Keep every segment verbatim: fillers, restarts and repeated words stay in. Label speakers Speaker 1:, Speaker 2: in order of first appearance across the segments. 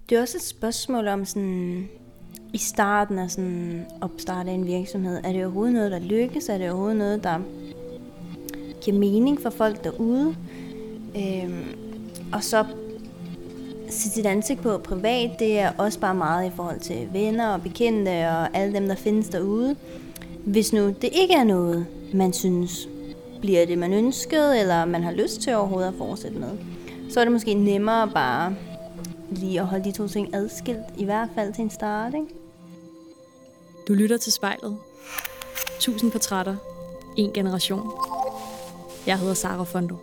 Speaker 1: det er også et spørgsmål om sådan, i starten af sådan opstart af en virksomhed, er det overhovedet noget, der lykkes? Er det overhovedet noget, der giver mening for folk derude? Øhm, og så sætte sit ansigt på privat, det er også bare meget i forhold til venner og bekendte og alle dem, der findes derude. Hvis nu det ikke er noget, man synes bliver det, man ønskede, eller man har lyst til overhovedet at fortsætte med, så er det måske nemmere bare lige at holde de to ting adskilt, i hvert fald til en start, ikke?
Speaker 2: Du lytter til Spejlet. Tusind portrætter. En generation. Jeg hedder Sara Fondo.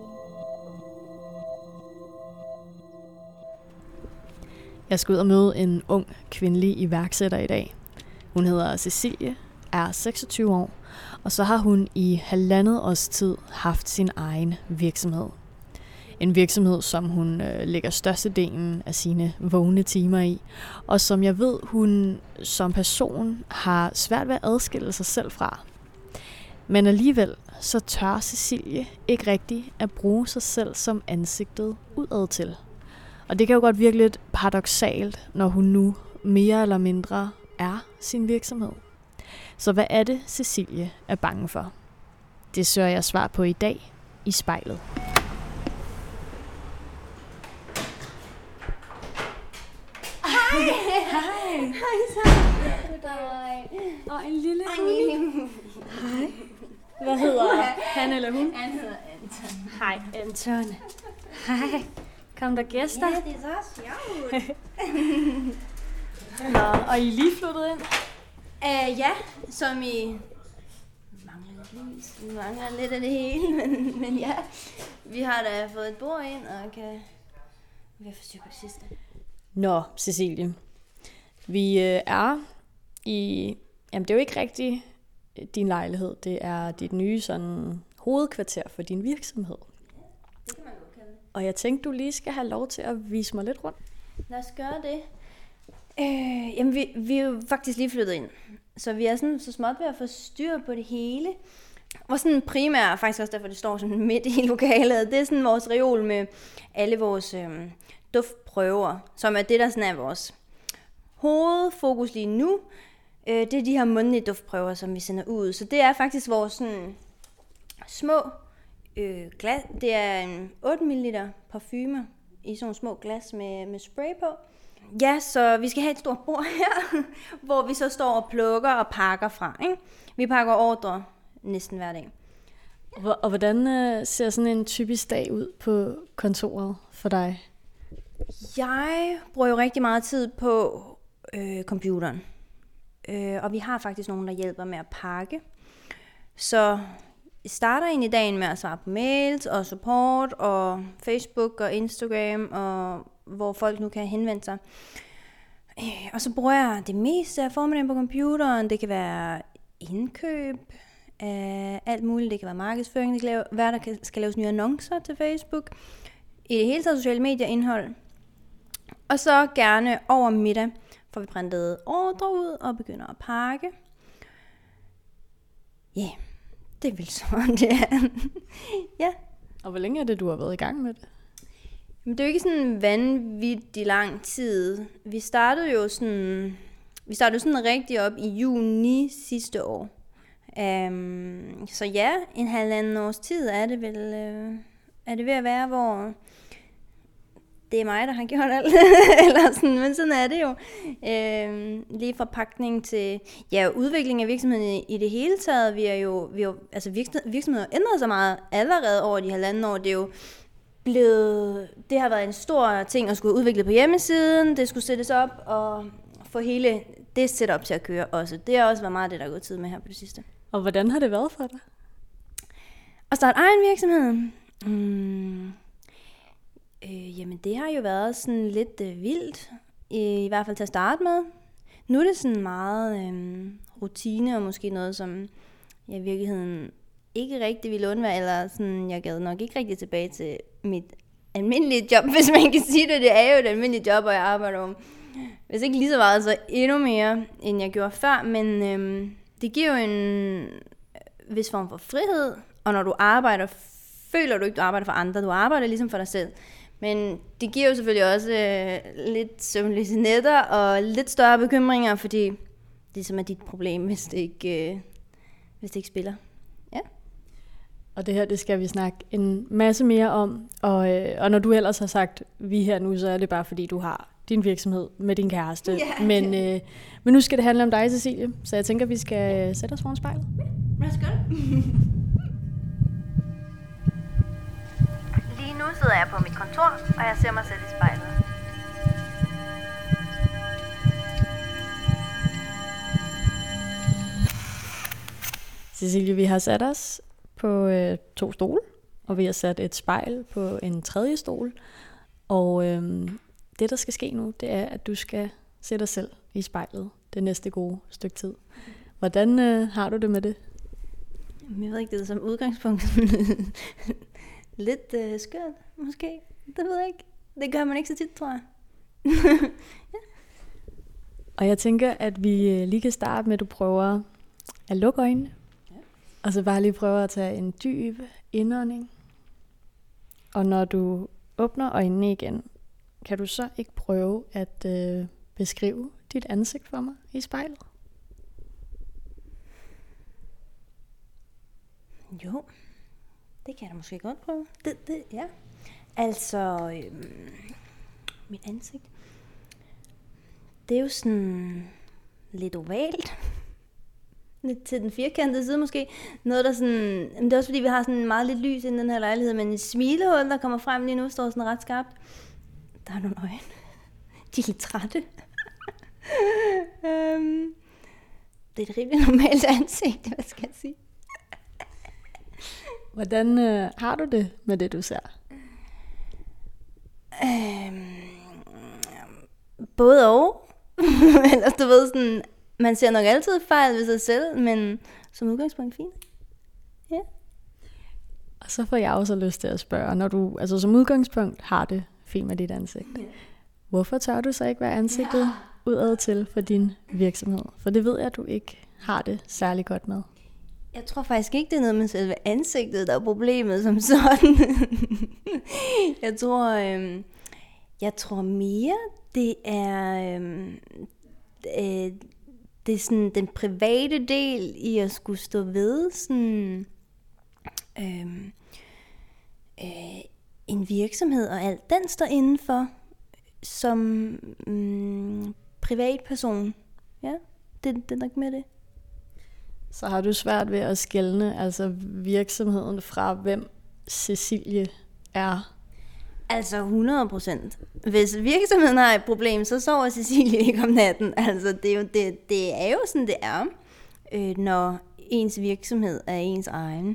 Speaker 2: Jeg skal ud og møde en ung kvindelig iværksætter i dag. Hun hedder Cecilie, er seksogtyve år, og så har hun i halvandet års tid haft sin egen virksomhed. En virksomhed, som hun øh, lægger størstedelen af sine vågne timer i, og som jeg ved, hun som person har svært ved at adskille sig selv fra. Men alligevel så tør Cecilie ikke rigtigt at bruge sig selv som ansigtet udad til. Og det kan jo godt virke lidt paradoksalt, når hun nu mere eller mindre er sin virksomhed. Så hvad er det, Cecilie er bange for? Det søger jeg svar på i dag i Spejlet.
Speaker 1: Hej!
Speaker 2: Hej!
Speaker 1: Hej så! Hej!
Speaker 2: Og en lille hund. Hej. Hvad hedder han eller hun?
Speaker 1: Han hedder Anton.
Speaker 2: Hej, Anton. Hej. Kom der gæster?
Speaker 1: Ja, det er så sjovt.
Speaker 2: Nå, og I er lige flyttet ind?
Speaker 1: Uh, ja, som i mangler lidt lys, vi mangler lidt af det hele, men, men ja, vi har da fået et bord ind, og kan vi har forsøgt det sidste.
Speaker 2: Nå, Cecilie. Vi øh, er i, jamen det er jo ikke rigtig din lejlighed, det er dit nye sådan hovedkvarter for din virksomhed.
Speaker 1: Det kan man godt kalde det.
Speaker 2: Og jeg tænkte, du lige skal have lov til at vise mig lidt rundt.
Speaker 1: Lad os gøre det. Øh, jamen, vi, vi er jo faktisk lige flyttet ind, så vi er sådan så småt ved at få styr på det hele. Og sådan primært, faktisk også derfor det står sådan midt i lokalet, det er sådan vores reol med alle vores øh, duftprøver, som er det, der sådan er vores hovedfokus lige nu. Øh, det er de her mundtlige duftprøver, som vi sender ud. Så det er faktisk vores sådan små øh, glas. Det er en otte milliliter parfume i sådan nogle små glas med, med spray på. Ja, så vi skal have et stort bord her, hvor vi så står og plukker og pakker fra, ikke? Vi pakker ordre næsten hver dag.
Speaker 2: Og hvordan øh, ser sådan en typisk dag ud på kontoret for dig?
Speaker 1: Jeg bruger jo rigtig meget tid på øh, computeren. Øh, og vi har faktisk nogen, der hjælper med at pakke. Så jeg starter egentlig dagen med at svare på mails og support og Facebook og Instagram og hvor folk nu kan henvende sig. Og så bruger jeg det meste af formiddagen på computeren. Det kan være indkøb af alt muligt. Det kan være markedsføring. Det kan være, der skal laves nye annoncer til Facebook. I det hele taget sociale medier indhold. Og så gerne over middag får vi printet ordre ud og begynder at pakke. Ja, yeah, det er vel sådan, det er. Ja.
Speaker 2: Og hvor længe er det, du har været i gang med det?
Speaker 1: Men det er jo ikke sådan vanvittig lang tid. Vi startede jo sådan, vi startede sådan rigtig op i juni sidste år. Um, så ja, en halvanden års tid er det vel, uh, er det ved at være, hvor det er mig, der har gjort alt. Eller sådan, men sådan er det jo. Uh, lige fra pakning til ja, udvikling af virksomheden i, i det hele taget. Vi er jo, vi er jo altså virksomheden har ændret sig meget allerede over de halvanden år. Det er jo blevet, det har været en stor ting at skulle udvikle på hjemmesiden, det skulle sættes op og få hele det setup til at køre også. Det har også været meget det, der er gået tid med her på det sidste.
Speaker 2: Og hvordan har det været for dig?
Speaker 1: At starte egen virksomhed? Hmm. Øh, jamen det har jo været sådan lidt øh, vildt, i, i hvert fald til at starte med. Nu er det sådan meget øh, rutine og måske noget, som jeg i virkeligheden ikke rigtig ville undvære, eller sådan, jeg gad nok ikke rigtig tilbage til mit almindelige job, hvis man kan sige det. Det er jo et almindeligt job, og jeg arbejder om, hvis ikke lige så meget, så endnu mere, end jeg gjorde før. Men øhm, det giver jo en vis form for frihed, og når du arbejder, føler du ikke, du arbejder for andre. Du arbejder ligesom for dig selv Men det giver jo selvfølgelig også øh, lidt søvnløse nætter og lidt større bekymringer, fordi det som er dit problem, hvis det ikke, øh, hvis det ikke spiller. Ja.
Speaker 2: Og det her, det skal vi snakke en masse mere om. Og, øh, og når du ellers har sagt vi her nu, så er det bare fordi, du har din virksomhed med din kæreste.
Speaker 1: Yeah.
Speaker 2: Men, øh, men nu skal det handle om dig, Cecilie. Så jeg tænker, vi skal sætte os foran spejlet.
Speaker 1: Lad os gøre det. Lige nu sidder jeg på mit kontor, og jeg ser mig selv i spejlet.
Speaker 2: Cecilie, vi har sat os på øh, to stole, og vi har sat et spejl på en tredje stol. Og øh, det, der skal ske nu, det er, at du skal se dig selv i spejlet det næste gode stykke tid. Hvordan øh, har du det med det?
Speaker 1: Jeg ved ikke, det er som udgangspunkt lidt øh, skørt, måske. Det ved jeg ikke. Det gør man ikke så tit, tror jeg. Ja.
Speaker 2: Og jeg tænker, at vi lige kan starte med, at du prøver at lukke øjnene. Ja. Og så bare lige prøve at tage en dyb indånding. Og når du åbner øjnene igen, kan du så ikke prøve at øh, beskrive dit ansigt for mig i spejlet?
Speaker 1: Jo, det kan jeg da måske godt prøve. Det, det, ja. Altså, øhm, mit ansigt, det er jo sådan lidt ovalt. Lidt til den firkantede side måske. Noget der sådan, men det er også fordi, vi har sådan meget lidt lys i den her lejlighed, men et smilehul, der kommer frem lige nu, står sådan ret skarpt. Der er nogle øjne. De er lidt trætte. um, det er et rimelig normalt ansigt, hvad skal jeg sige.
Speaker 2: Hvordan øh, har du det med det, du ser?
Speaker 1: Øhm, både og. Ellers du ved sådan, man ser nok altid fejl ved sig selv, men som udgangspunkt fint. Ja.
Speaker 2: Og så får jeg også lyst til at spørge, når du altså som udgangspunkt har det fint med dit ansigt. Ja. Hvorfor tør du så ikke være ansigtet ja. udad til for din virksomhed? For det ved jeg, at du ikke har det særlig godt med.
Speaker 1: Jeg tror faktisk ikke, det er noget med selve ansigtet, der er problemet som sådan. jeg tror, øhm, jeg tror mere, det er, øhm, øh, det er sådan den private del i at skulle stå ved sådan, øhm, øh, en virksomhed og alt den står indenfor som mm, privatperson. Ja, det, det er nok med det.
Speaker 2: Så har du svært ved at skelne altså virksomheden fra, hvem Cecilie er?
Speaker 1: Altså hundrede procent. Hvis virksomheden har et problem, så sover Cecilie ikke om natten. Altså det er jo, det, det er jo sådan, det er, øh, når ens virksomhed er ens egen.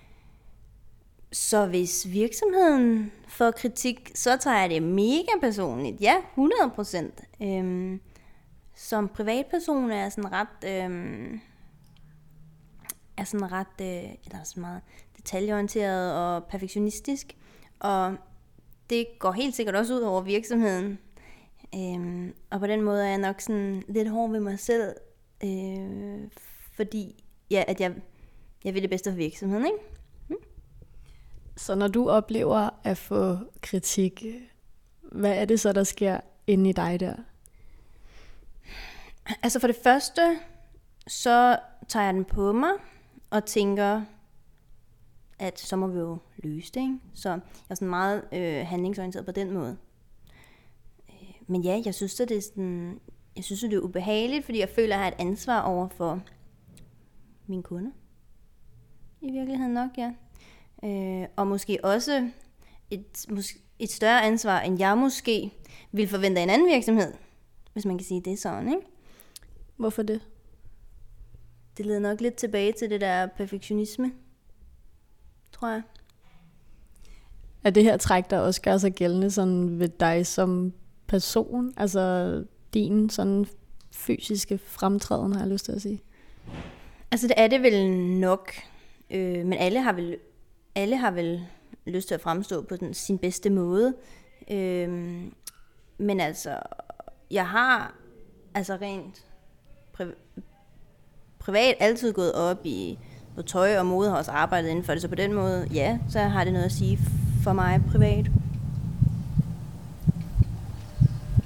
Speaker 1: Så hvis virksomheden får kritik, så tager jeg det mega personligt. Ja, hundrede procent. Øhm, som privatperson er jeg sådan ret... Øhm, er sådan ret øh, eller sådan meget detaljeorienteret og perfektionistisk, og det går helt sikkert også ud over virksomheden. Øhm, og på den måde er jeg nok sådan lidt hård ved mig selv, øh, fordi ja, at jeg, jeg vil det bedste for virksomheden, ikke? Hmm?
Speaker 2: Så når du oplever at få kritik, hvad er det så, der sker inde i dig der?
Speaker 1: Altså for det første, så tager jeg den på mig, og tænker, at så må vi jo løse det, ikke? Så jeg er sådan meget øh, handlingsorienteret på den måde. Øh, men ja, jeg synes, at det er sådan, jeg synes, at det er ubehageligt, fordi jeg føler, at jeg har et ansvar over for mine kunder. I virkeligheden nok, ja. Øh, og måske også et, mås- et større ansvar, end jeg måske ville forvente af en anden virksomhed, hvis man kan sige det sådan, ikke?
Speaker 2: Hvorfor det?
Speaker 1: Det leder nok lidt tilbage til det der perfektionisme, tror jeg.
Speaker 2: Er det her træk, der også gør sig gældende sådan ved dig som person? Altså din sådan fysiske fremtræden, har jeg lyst til at sige.
Speaker 1: Altså det er det vel nok. Øh, men alle har vel, alle har vel lyst til at fremstå på den, sin bedste måde. Øh, men altså, jeg har altså rent priv- privat altid gået op i noget tøj og mode, har også arbejdet inden for det, så på den måde, ja, så har det noget at sige for mig privat.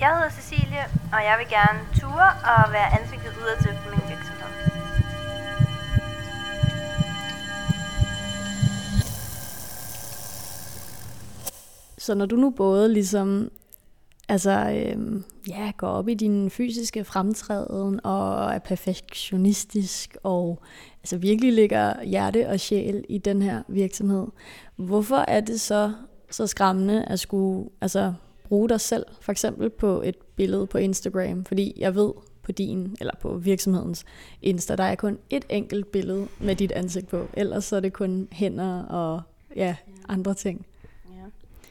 Speaker 1: Jeg hedder Cecilie, og jeg vil gerne ture og være ansigtet udadtil for min virksomhed.
Speaker 2: Så når du nu både ligesom altså, øhm, ja, går op i din fysiske fremtræden og er perfektionistisk og altså virkelig lægger hjerte og sjæl i den her virksomhed, hvorfor er det så så skræmmende at skulle altså, bruge dig selv, for eksempel på et billede på Instagram? Fordi jeg ved på din, eller på virksomhedens Insta, der er kun et enkelt billede med dit ansigt på, ellers så er det kun hænder og ja, andre ting.
Speaker 1: Ja.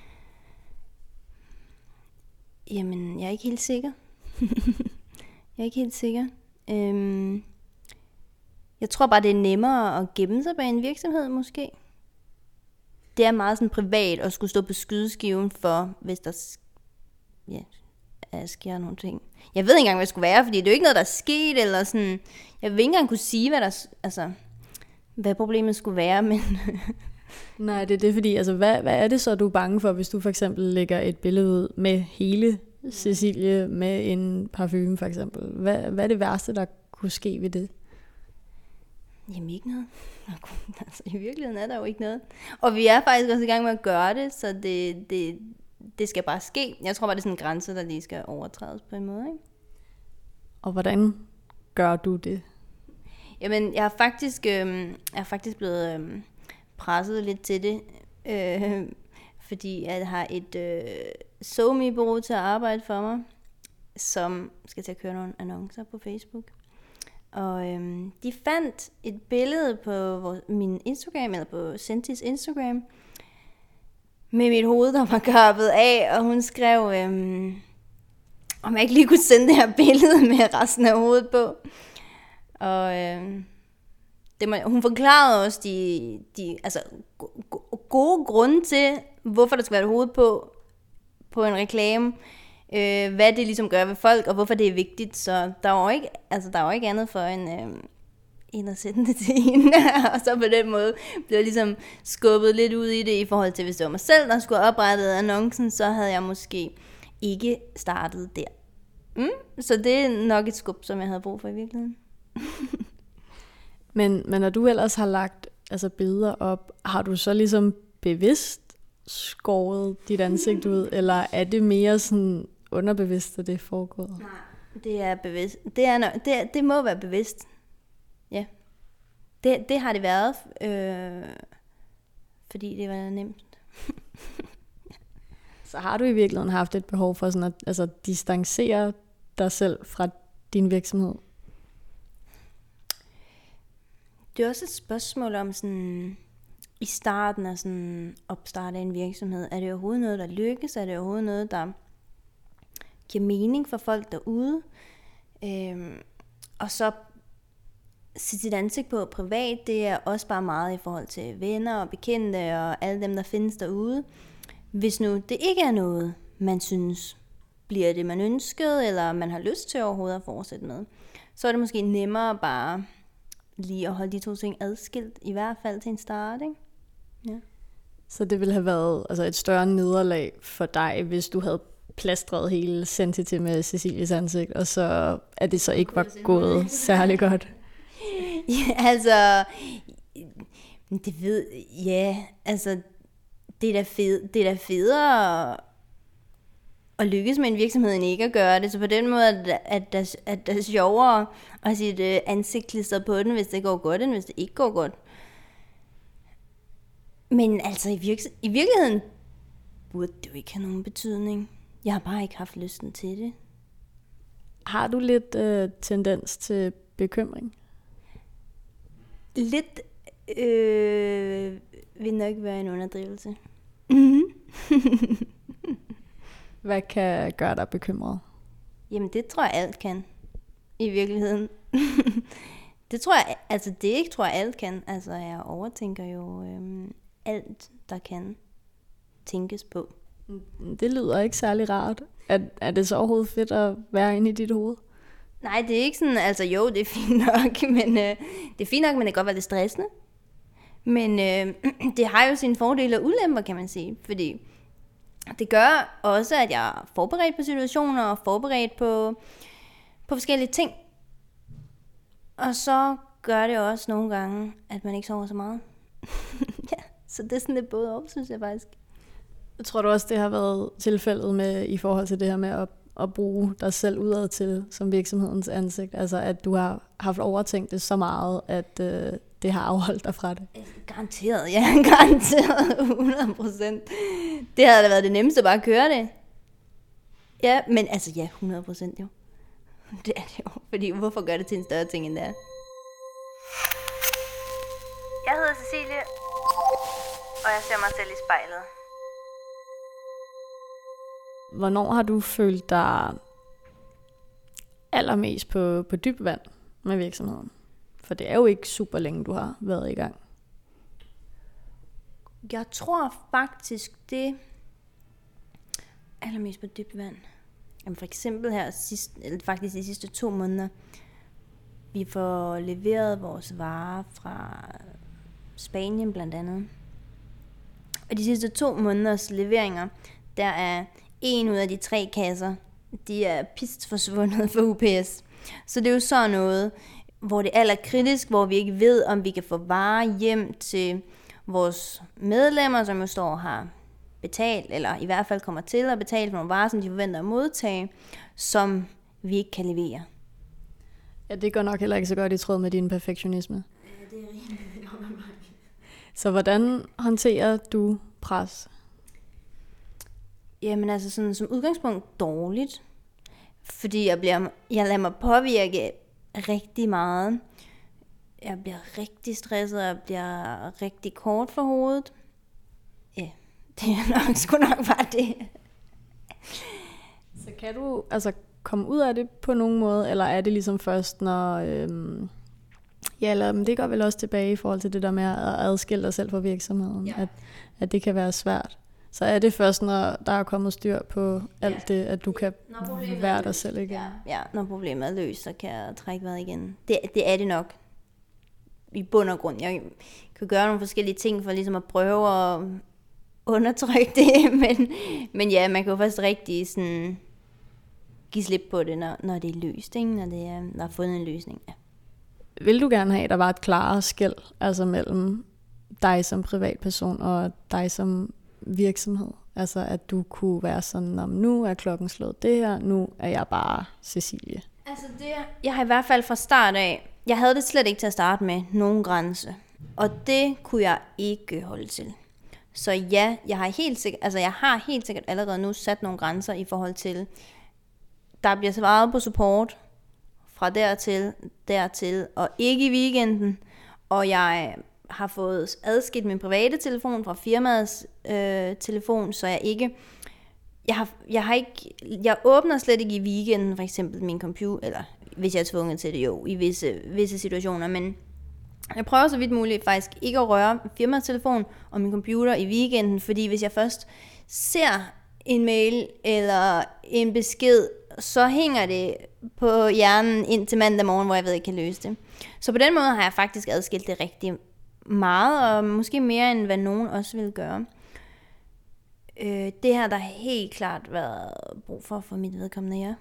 Speaker 1: Jamen, jeg er ikke helt sikker. jeg er ikke helt sikker. Øhm, jeg tror bare, det er nemmere at gemme sig bag en virksomhed, måske. Det er meget sådan privat at skulle stå på skydeskiven for, hvis der ja, sker nogle ting. Jeg ved ikke engang, hvad det skulle være, fordi det er jo ikke noget, der er sket, eller sådan. Jeg vil ikke engang kunne sige, hvad der, altså, hvad problemet skulle være, men...
Speaker 2: Nej, det er det, fordi, altså, hvad, hvad er det så, du er bange for, hvis du for eksempel lægger et billede ud med hele Cecilie med en parfume, for eksempel? Hvad, hvad er det værste, der kunne ske ved det?
Speaker 1: Jamen ikke noget. Altså, i virkeligheden er der jo ikke noget. Og vi er faktisk også i gang med at gøre det, så det, det, det skal bare ske. Jeg tror bare, det er sådan en grænse, der lige skal overtrædes på en måde, ikke?
Speaker 2: Og hvordan gør du det?
Speaker 1: Jamen, jeg har faktisk, øh, jeg er faktisk blevet øh, presset lidt til det, øh, fordi jeg har et øh, SoMe-bureau til at arbejde for mig, som skal til at køre nogle annoncer på Facebook. Og øhm, de fandt et billede på vores, min Instagram, eller på Sentis Instagram, med mit hoved, der var kappet af, og hun skrev, øhm, om jeg ikke lige kunne sende det her billede med resten af hovedet på. Og øhm, det må, hun forklarede også de, de altså, gode grunde til, hvorfor der skal være et hoved på, på en reklame. Øh, hvad det ligesom gør ved folk, og hvorfor det er vigtigt. Så der var ikke, altså, der var ikke andet for en, øh, en at sætte det til hende. Og så på den måde blev jeg ligesom skubbet lidt ud i det, i forhold til, hvis det var mig selv, der skulle oprette annoncen, så havde jeg måske ikke startet der. Mm? Så det er nok et skub, som jeg havde brug for i virkeligheden.
Speaker 2: men, men når du ellers har lagt altså, billeder op, har du så ligesom bevidst skåret dit ansigt ud, eller er det mere sådan underbevidst, at det er foregået?
Speaker 1: Nej, det er bevidst. Det, er, det, er, det må være bevidst. Ja. Det, det har det været, øh, fordi det var nemt.
Speaker 2: Så har du i virkeligheden haft et behov for sådan at altså, distancere dig selv fra din virksomhed?
Speaker 1: Det er også et spørgsmål om sådan, i starten af sådan opstart af en virksomhed, er det overhovedet noget, der lykkes? Er det overhovedet noget, der giver mening for folk derude? Øhm, og så sætte sit ansigt på privat, det er også bare meget i forhold til venner og bekendte og alle dem, der findes derude. Hvis nu det ikke er noget, man synes bliver det, man ønskede, eller man har lyst til overhovedet at fortsætte med, så er det måske nemmere bare lige at holde de to ting adskilt, i hvert fald til en start, ikke? Ja.
Speaker 2: Så det ville have været altså et større nederlag for dig, hvis du havde plastret hele Senti til med Cecilies ansigt, og så at det så ikke var gået særlig godt.
Speaker 1: Ja, altså, det ved, ja, altså, det er da, fed, det er da federe at lykkes med en virksomhed, end ikke at gøre det. Så på den måde er det, at der, at der er sjovere at have sit ansigt klistret på den, hvis det går godt, end hvis det ikke går godt. Men altså, i, virke, i virkeligheden burde det jo ikke have nogen betydning. Jeg har bare ikke haft lysten til det.
Speaker 2: Har du lidt øh, tendens til bekymring?
Speaker 1: Lidt øh, vil nok være en underdrivelse. Mm-hmm.
Speaker 2: Hvad kan gøre dig bekymret?
Speaker 1: Jamen, det tror jeg alt kan. I virkeligheden. det tror jeg, altså det ikke tror jeg alt kan. Altså, jeg overtænker jo øhm, alt, der kan tænkes på.
Speaker 2: Det lyder ikke særlig rart. Er, er det så overhovedet fedt at være inde i dit hoved?
Speaker 1: Nej, det er ikke sådan, altså jo, det er fint nok, men øh, det er fint nok, men det kan godt være lidt stressende. Men øh, det har jo sine fordele og ulemper, kan man sige, fordi Det gør også, at jeg er forberedt på situationer og forberedt på, på forskellige ting. Og så gør det også nogle gange, at man ikke sover så meget. Ja, så det er sådan lidt både op, synes jeg faktisk.
Speaker 2: Jeg tror du også, det har været tilfældet med i forhold til det her med at, at bruge dig selv udad til som virksomhedens ansigt? Altså at du har haft overtænkt det så meget, at øh, det har afholdt dig fra det?
Speaker 1: Garanteret, ja. Garanteret. hundrede procent. Det havde da været det nemmeste bare at køre det. Ja, men altså ja, hundrede procent jo. Det er det jo. Fordi hvorfor gør det til en større ting end det er? Jeg hedder Cecilie, og jeg ser mig selv i spejlet.
Speaker 2: Hvornår har du følt dig allermest på, på dyb vand med virksomheden? For det er jo ikke super længe, du har været i gang.
Speaker 1: Jeg tror faktisk, det allermest på dyb vand. Jamen for eksempel her, sidst, eller faktisk de sidste to måneder, vi får leveret vores varer fra Spanien blandt andet. Og de sidste to måneders leveringer, der er en ud af de tre kasser, de er pist forsvundet for U P S. Så det er jo sådan noget, hvor det er allerkritisk, hvor vi ikke ved, om vi kan få varer hjem til vores medlemmer, som jo står og har betalt, eller i hvert fald kommer til at betale for nogle varer, som de forventer at modtage, som vi ikke kan levere.
Speaker 2: Ja, det går nok heller ikke så godt i tråd med din perfektionisme.
Speaker 1: Ja, det er rimeligt.
Speaker 2: Så hvordan håndterer du pres?
Speaker 1: Jamen altså sådan som udgangspunkt dårligt. Fordi jeg, bliver, jeg lader mig påvirke rigtig meget. Jeg bliver rigtig stresset, og jeg bliver rigtig kort for hovedet. Ja, det er nok sgu nok bare det.
Speaker 2: Så kan du altså komme ud af det på nogen måde, eller er det ligesom først, når... Øhm, ja, eller men det går vel også tilbage i forhold til det der med at adskille dig selv fra virksomheden, ja. at, at det kan være svært. Så er det først, når der er kommet styr på alt ja. det, at du kan være dig selv igen?
Speaker 1: Ja, ja, når problemet er løst, så kan jeg trække vejret igen. Det, det er det nok. I bund og grund. Jeg kan gøre nogle forskellige ting for ligesom at prøve at undertrykke det, men, men ja, man kan jo først rigtig sådan give slip på det, når, når det er løst, ikke? Når det er, der er fundet en løsning. Ja.
Speaker 2: Vil du gerne have, at der var et klarere skel, altså mellem dig som privatperson og dig som virksomhed? Altså at du kunne være sådan, om nu er klokken slået det her, nu er jeg bare Cecilie.
Speaker 1: Altså det, jeg har i hvert fald fra start af, jeg havde det slet ikke til at starte med nogen grænse. Og det kunne jeg ikke holde til. Så ja, jeg har helt sikkert, altså jeg har helt sikkert allerede nu sat nogle grænser i forhold til, der bliver svaret på support fra dertil, dertil, og ikke i weekenden. Og jeg har fået adskilt min private telefon fra firmaets øh, telefon, så jeg ikke, jeg har, jeg har ikke, jeg åbner slet ikke i weekenden, for eksempel min computer, eller hvis jeg er tvunget til det jo, i visse, visse situationer, men jeg prøver så vidt muligt faktisk ikke at røre firmaets telefon og min computer i weekenden, fordi hvis jeg først ser en mail eller en besked, så hænger det på hjernen ind til mandag morgen, hvor jeg ved, at jeg kan løse det. Så på den måde har jeg faktisk adskilt det rigtig meget, og måske mere end hvad nogen også vil gøre. Øh, det har der helt klart været brug for for mit vedkommende, ja.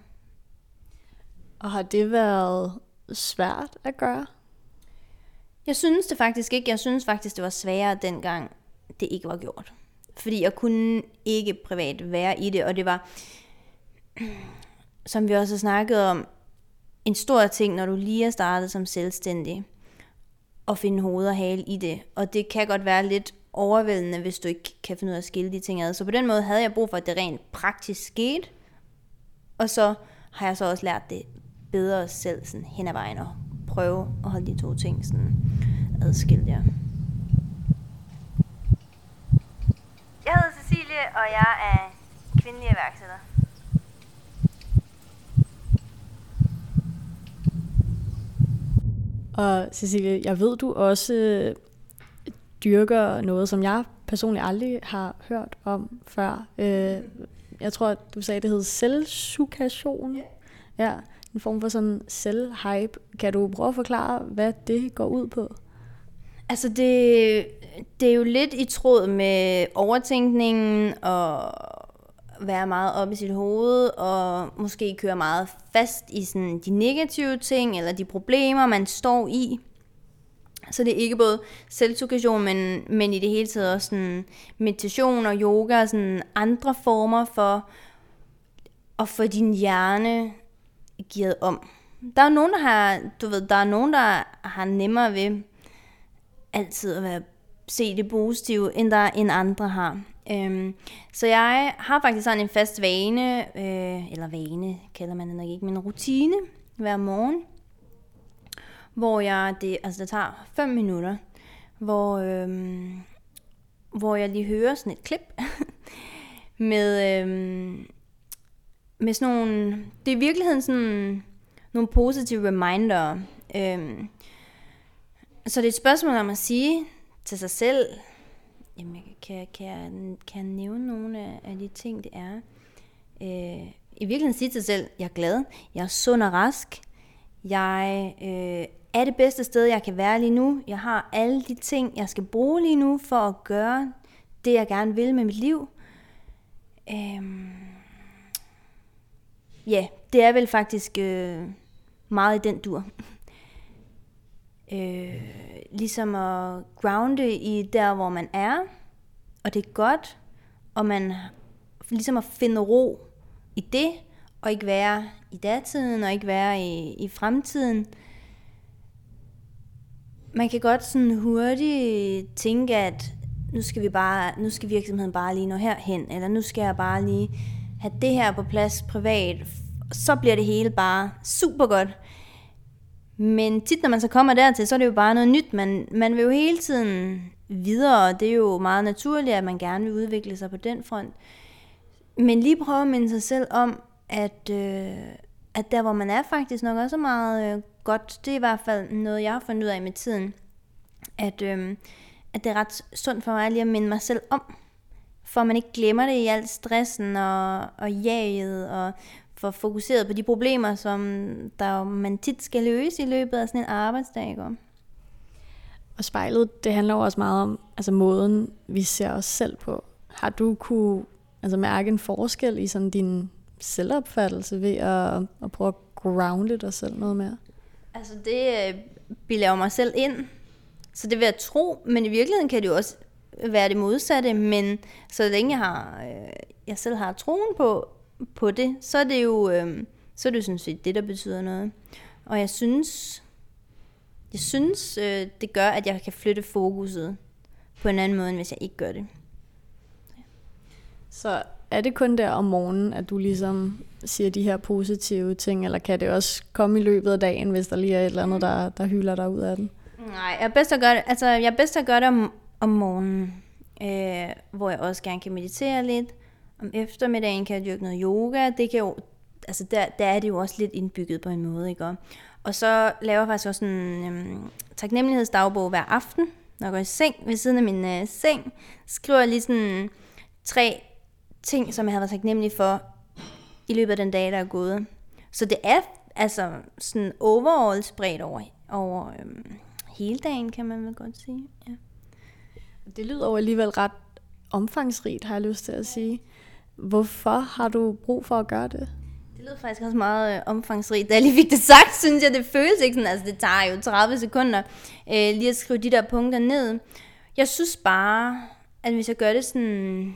Speaker 2: Og har det været svært at gøre?
Speaker 1: Jeg synes det faktisk ikke. Jeg synes faktisk, det var sværere dengang, det ikke var gjort. Fordi jeg kunne ikke privat være i det, og det var, som vi også har snakket om, en stor ting, når du lige er startet som selvstændig, at finde hoved og hale i det. Og det kan godt være lidt overvældende, hvis du ikke kan finde ud af at skille de ting ad. Så på den måde havde jeg brug for, at det rent praktisk skete. Og så har jeg så også lært det bedre selv sådan hen ad vejen, og prøve at holde de to ting sådan adskilt, ja. Jeg hedder Cecilie, og jeg er kvindelig iværksætter.
Speaker 2: Og Cecilie, jeg ved, du også dyrker noget, som jeg personligt aldrig har hørt om før. Jeg tror, at du sagde, det hed selvsuggestion. Yeah. Ja, en form for sådan selvhype. Kan du prøve at forklare, hvad det går ud på?
Speaker 1: Altså, det, det er jo lidt i tråd med overtænkningen og være meget op i sit hoved, og måske køre meget fast i sådan de negative ting, eller de problemer, man står i. Så det er ikke både selvsuggestion, men, men i det hele taget også sådan meditation og yoga, og sådan andre former for at få din hjerne gearet om. Der er nogen, der har, du ved, der er nogen, der har nemmere ved altid at være, se det positive, end der end andre har. Øhm, så jeg har faktisk sådan en fast vane, øh, eller vane kalder man det nok ikke, men en rutine hver morgen, hvor jeg, det, altså det tager fem minutter, hvor, øhm, hvor jeg lige hører sådan et klip med, øhm, med sådan nogle, det er i virkeligheden sådan nogle positive reminder. Øhm, så det er et spørgsmål om at sige til sig selv, jamen, kan, kan, jeg, kan jeg nævne nogle af, af de ting, det er? Øh, I virkeligheden sige til sig selv, jeg er glad, jeg er sund og rask, jeg øh, er det bedste sted, jeg kan være lige nu, jeg har alle de ting, jeg skal bruge lige nu, for at gøre det, jeg gerne vil med mit liv. Øh, ja, det er vel faktisk øh, meget i den dur. Øh, ligesom at grounde i der, hvor man er, og det er godt, og man ligesom at finde ro i det, og ikke være i datiden, og ikke være i, i fremtiden. Man kan godt sådan hurtigt tænke, at nu skal vi bare, nu skal virksomheden bare lige nå herhen, eller nu skal jeg bare lige have det her på plads privat, så bliver det hele bare super godt. Men tit, når man så kommer dertil, så er det jo bare noget nyt. Man, man vil jo hele tiden videre, og det er jo meget naturligt, at man gerne vil udvikle sig på den front. Men lige prøve at minde sig selv om, at, øh, at der, hvor man er, faktisk nok også meget øh, godt. Det er i hvert fald noget, jeg har fundet ud af med tiden. At, øh, at det er ret sundt for mig lige at minde mig selv om. For man ikke glemmer det i al stressen og, og jaget og for fokuseret på de problemer, som der man tit skal løse i løbet af sådan en arbejdsdag. Ikke?
Speaker 2: Og spejlet, det handler jo også meget om altså måden, vi ser os selv på. Har du kunne altså mærke en forskel i sådan din selvopfattelse ved at, at prøve at grounde dig selv noget mere?
Speaker 1: Altså det øh, bilder mig selv ind, så det vil jeg tro, men i virkeligheden kan det jo også være det modsatte, men så længe jeg, har, øh, jeg selv har troen på, på det, så er det jo øh, så er det jo sådan set det, der betyder noget. Og jeg synes, jeg synes øh, det gør, at jeg kan flytte fokuset på en anden måde, end hvis jeg ikke gør det. Ja.
Speaker 2: Så er det kun der om morgenen, at du ligesom siger de her positive ting, eller kan det også komme i løbet af dagen, hvis der lige er et eller andet, der, der hylder dig ud af den?
Speaker 1: Nej, jeg er bedst at gøre det, altså, jeg er bedst at gøre det om, om morgenen, øh, hvor jeg også gerne kan meditere lidt. Om eftermiddagen kan jeg dyrke noget yoga. Det kan jo, altså der, der er det jo også lidt indbygget på en måde, ikke? Og så laver jeg faktisk også en øhm, taknemmelighedsdagbog hver aften, når jeg går i seng. Ved siden af min øh, seng skriver jeg lige sådan tre ting, som jeg har været taknemmelig for i løbet af den dag, der er gået. Så det er altså sådan overall spredt over, over øhm, hele dagen, kan man vel godt sige. Ja.
Speaker 2: Det lyder jo alligevel ret omfangsrigt, har jeg lyst til at sige. Hvorfor har du brug for at gøre det?
Speaker 1: Det lyder faktisk også meget øh, omfangsrigt. Da jeg lige fik det sagt, synes jeg, det føles ikke sådan. Altså, det tager jo tredive sekunder øh, lige at skrive de der punkter ned. Jeg synes bare, at hvis jeg gør det sådan...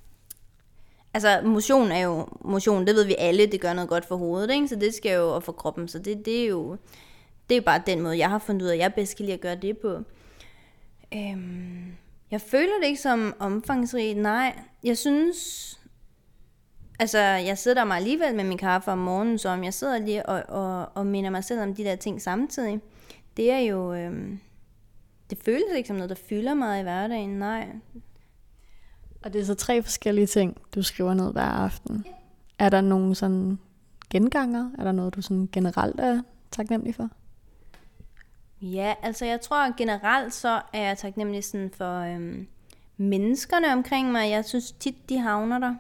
Speaker 1: Altså, motion er jo motion, det ved vi alle, det gør noget godt for hovedet, ikke? Så det skal jo, og for kroppen, så det, det er jo... Det er jo bare den måde, jeg har fundet ud af, at jeg bedst kan lide at gøre det på. Øhm, jeg føler det ikke som omfangsrigt, nej. Jeg synes... Altså, jeg sidder mig alligevel med min kaffe om morgenen, så om jeg sidder lige og, og, og minder mig selv om de der ting samtidig. Det er jo... Øhm, det føles ikke som noget, der fylder meget i hverdagen, nej.
Speaker 2: Og det er så tre forskellige ting, du skriver ned hver aften. Ja. Er der nogle sådan genganger? Er der noget, du sådan generelt er taknemmelig for?
Speaker 1: Ja, altså jeg tror generelt så er jeg taknemmelig sådan for øhm, menneskerne omkring mig. Jeg synes tit, de havner der.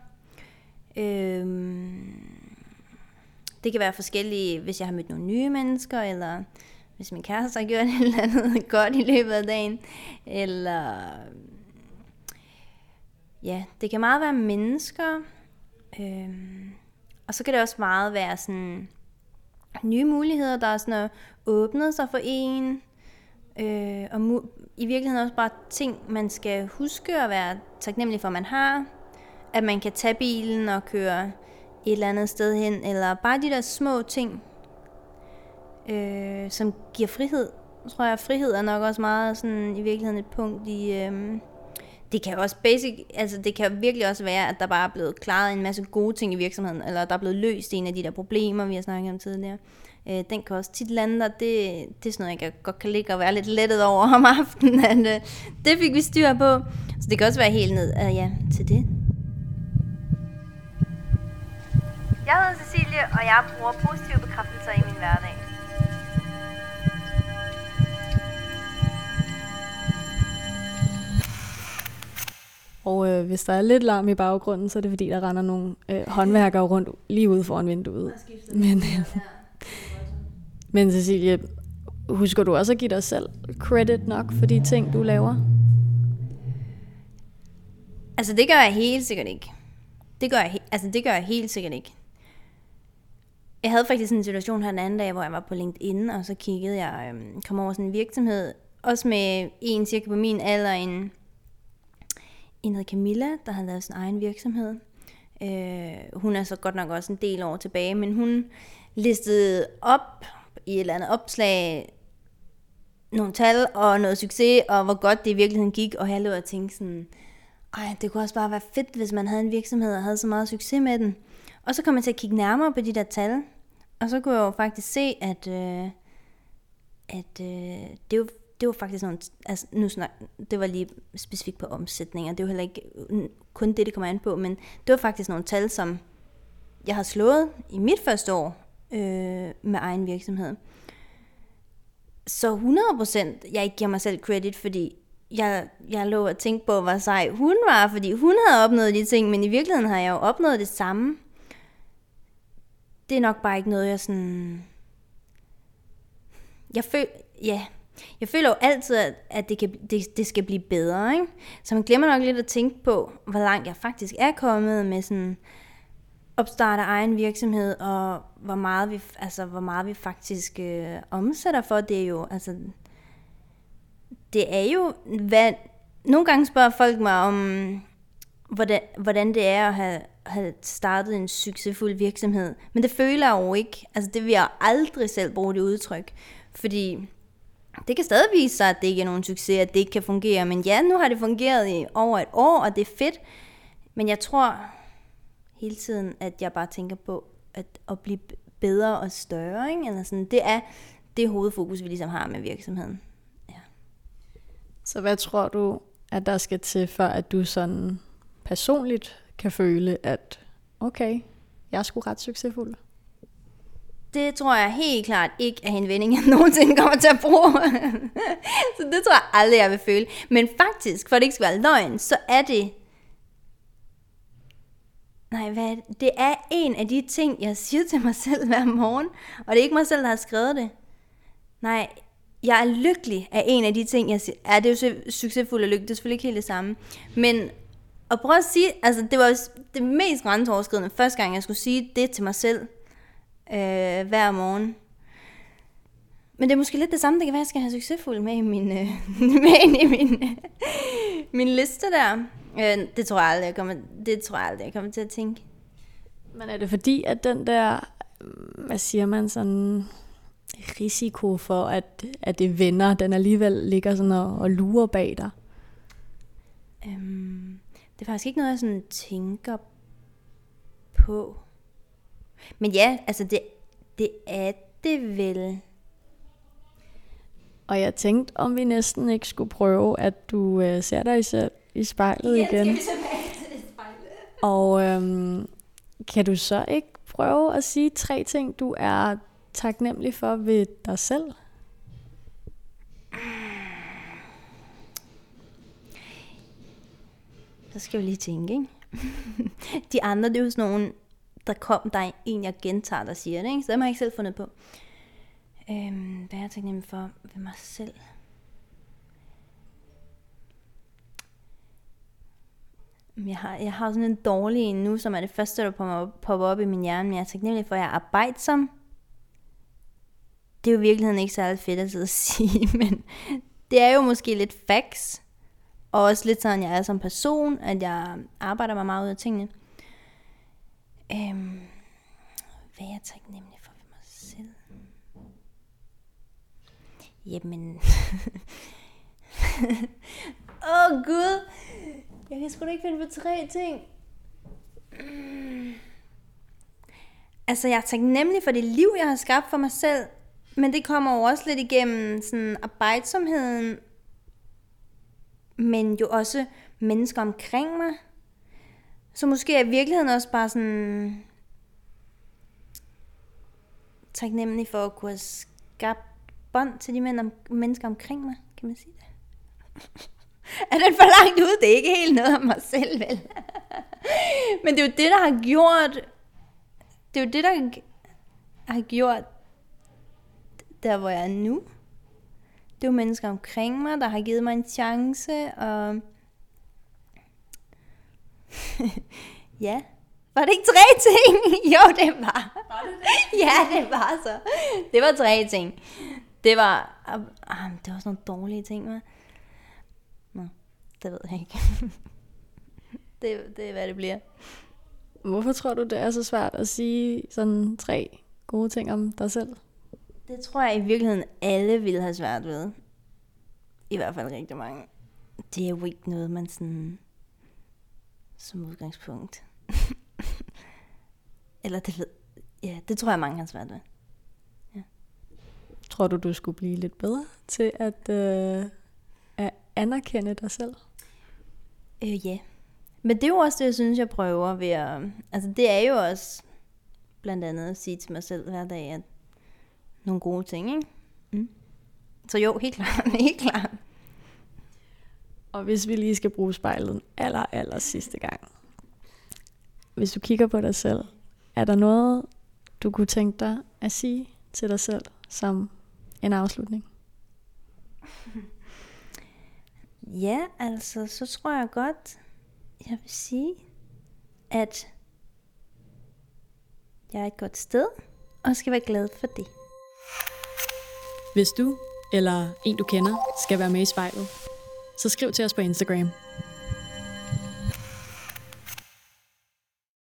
Speaker 1: Øhm, det kan være forskellige, hvis jeg har mødt nogle nye mennesker, eller hvis min kæreste har gjort et eller andet godt i løbet af dagen, eller ja, det kan meget være mennesker, Øhm, og så kan det også meget være sådan nye muligheder, der er sådan åbnet sig for en. Øh, og mu- i virkeligheden også bare ting, man skal huske at være taknemmelig for, man har. At man kan tage bilen og køre et eller andet sted hen, eller bare de der små ting, øh, som giver frihed. Jeg tror jeg, at frihed er nok også meget sådan, i virkeligheden et punkt i... Øh, det kan også basic, altså det kan virkelig også være, at der bare er blevet klaret en masse gode ting i virksomheden, eller der er blevet løst en af de der problemer, vi har snakket om tidligere. Øh, den kan også tit lande der, det, det er sådan noget, jeg godt kan ligge og være lidt lettet over om aftenen, at øh, det fik vi styr på. Så det kan også være helt ned, uh, ja, til det. Jeg hedder Cecilie, og jeg bruger positive bekræftelser i min hverdag.
Speaker 2: Og øh, hvis der er lidt larm i baggrunden, så er det fordi, der render nogle øh, håndværkere rundt lige ude foran vinduet. Men, øh, men Cecilie, husker du også at give dig selv credit nok for de ting, du laver?
Speaker 1: Altså det gør jeg helt sikkert ikke. Det gør jeg, he- altså, det gør jeg helt sikkert ikke. Jeg havde faktisk en situation her den anden dag, hvor jeg var på LinkedIn, og så kiggede jeg, øh, kom over sådan en virksomhed, også med en cirka på min alder, en, en hed Camilla, der havde lavet sin egen virksomhed. Øh, hun er så godt nok også en del år tilbage, men hun listede op i et eller andet opslag nogle tal og noget succes, og hvor godt det i virkeligheden gik, og jeg lå og tænkte sådan, ej, det kunne også bare være fedt, hvis man havde en virksomhed og havde så meget succes med den. Og så kom jeg til at kigge nærmere på de der tal, og så kunne jeg jo faktisk se, at, øh, at øh, det, var, det var faktisk nogle, altså nu snak, det var lige specifikt på omsætninger, det var heller ikke kun det, det kommer an på, men det var faktisk nogle tal, som jeg har slået i mit første år øh, med egen virksomhed. Så hundrede procent, jeg ikke giver mig selv credit, fordi jeg, jeg lå at tænke på, hvor sej hun var, fordi hun havde opnået de ting, men i virkeligheden har jeg jo opnået det samme. Det er nok bare ikke noget, jeg sådan... Jeg føler, ja, jeg føler jo altid, at, at det, kan, det, det skal blive bedre, ikke? Så man glemmer nok lidt at tænke på, hvor langt jeg faktisk er kommet med sådan opstart af egen virksomhed, og hvor meget vi, altså, hvor meget vi faktisk øh, omsætter for. Det er jo, altså... Det er jo, hvad... Nogle gange spørger folk mig om, hvordan, hvordan det er at have, have startet en succesfuld virksomhed. Men det føler jeg jo ikke. Altså det vil jeg aldrig selv bruge det udtryk. Fordi det kan stadig vise sig, at det ikke er nogen succes, at det ikke kan fungere. Men ja, nu har det fungeret i over et år, og det er fedt. Men jeg tror hele tiden, at jeg bare tænker på at, at blive bedre og større. Ikke? Eller sådan. Det er det hovedfokus, vi ligesom har med virksomheden.
Speaker 2: Så hvad tror du, at der skal til, for at du sådan personligt kan føle, at okay, jeg er sgu ret succesfuld?
Speaker 1: Det tror jeg helt klart ikke er en vending, jeg nogensinde kommer til at bruge. Så det tror jeg aldrig, jeg vil føle. Men faktisk, for det ikke skal være løgn, så er det... Nej, hvad er det? Det er en af de ting, jeg siger til mig selv hver morgen. Og det er ikke mig selv, der har skrevet det. Nej, jeg er lykkelig af en af de ting, jeg siger. Ja, det er jo succesfuld og lykkelig, det er selvfølgelig ikke helt det samme. Men at prøve at sige, altså det var det mest grænseoverskridende første gang, jeg skulle sige det til mig selv øh, hver morgen. Men det er måske lidt det samme, det kan være, jeg skal have succesfuld med i min, øh, med i min, øh, min liste der. Øh, det tror jeg aldrig, jeg kommer, det tror jeg aldrig, jeg kommer til at tænke.
Speaker 2: Men er det fordi, at den der, hvad siger man sådan... risiko for, at, at det vender, den alligevel ligger sådan og, og lurer bag dig?
Speaker 1: Øhm, det er faktisk ikke noget, jeg sådan tænker på. Men ja, altså det, det er det vel.
Speaker 2: Og jeg tænkte, om vi næsten ikke skulle prøve, at du øh, ser dig selv i spejlet
Speaker 1: igen.
Speaker 2: igen.
Speaker 1: Skal vi tilbage til det spejlet?
Speaker 2: Og øhm, kan du så ikke prøve at sige tre ting, du er taknemmelig for ved dig selv?
Speaker 1: Så skal vi lige tænke, ikke? De andre, det er jo sådan nogle, der kom, der er en, jeg gentager, der siger det, ikke? Så dem har jeg ikke selv fundet på. Øhm, hvad er jeg taknemmelig for ved mig selv? Jeg har, jeg har sådan en dårlig en nu, som er det første, der popper op i min hjerne, men jeg er taknemmelig for, at jeg er arbejdsom. Det er jo i virkeligheden ikke særlig fedt at sidde og sige, men det er jo måske lidt facts, og også lidt sådan, jeg er som person, at jeg arbejder mig meget ud af tingene. Øhm, hvad er jeg taknemmelig for mig selv? Jamen... Åh oh, Gud! Jeg kan sgu da ikke finde på tre ting. Mm. Altså, jeg er taknemmelig for det liv, jeg har skabt for mig selv. Men det kommer jo også lidt igennem sådan arbejdsomheden. Men jo også mennesker omkring mig. Så måske er i virkeligheden også bare sådan... taknemmelig for at kunne have skabt bånd til de mennesker omkring mig. Kan man sige det? Er den for langt ude? Det er ikke helt noget om mig selv, vel? Men det er jo det, der har gjort... Det er jo det, der har gjort... Der, hvor jeg er nu. Det er jo mennesker omkring mig, der har givet mig en chance, og... ja. Var det ikke tre ting? Jo, det var. Var det det? Ja, det var så. Det var tre ting. Det var... Uh, det var sådan nogle dårlige ting, hva'? Nå, det ved jeg ikke. det, det er, hvad det bliver.
Speaker 2: Hvorfor tror du, det er så svært at sige sådan tre gode ting om dig selv?
Speaker 1: Det tror jeg i virkeligheden alle ville have svært ved. I hvert fald rigtig mange. Det er jo ikke noget, man sådan... som udgangspunkt. Eller det ved... Ja, det tror jeg, mange har svært ved. Ja.
Speaker 2: Tror du, du skulle blive lidt bedre til at, øh, at anerkende dig selv?
Speaker 1: Øh, ja. Men det er jo også det, jeg synes, jeg prøver ved at... Altså, det er jo også blandt andet at sige til mig selv hver dag, at nogle gode ting, ikke? Mm. Så jo, helt klart, helt klart.
Speaker 2: Og hvis vi lige skal bruge spejlet aller, aller sidste gang. Hvis du kigger på dig selv, er der noget, du kunne tænke dig at sige til dig selv som en afslutning?
Speaker 1: Ja, altså, så tror jeg godt, jeg vil sige, at jeg er et godt sted, og skal være glad for det.
Speaker 2: Hvis du eller en du kender skal være med i spejlet, så skriv til os på Instagram.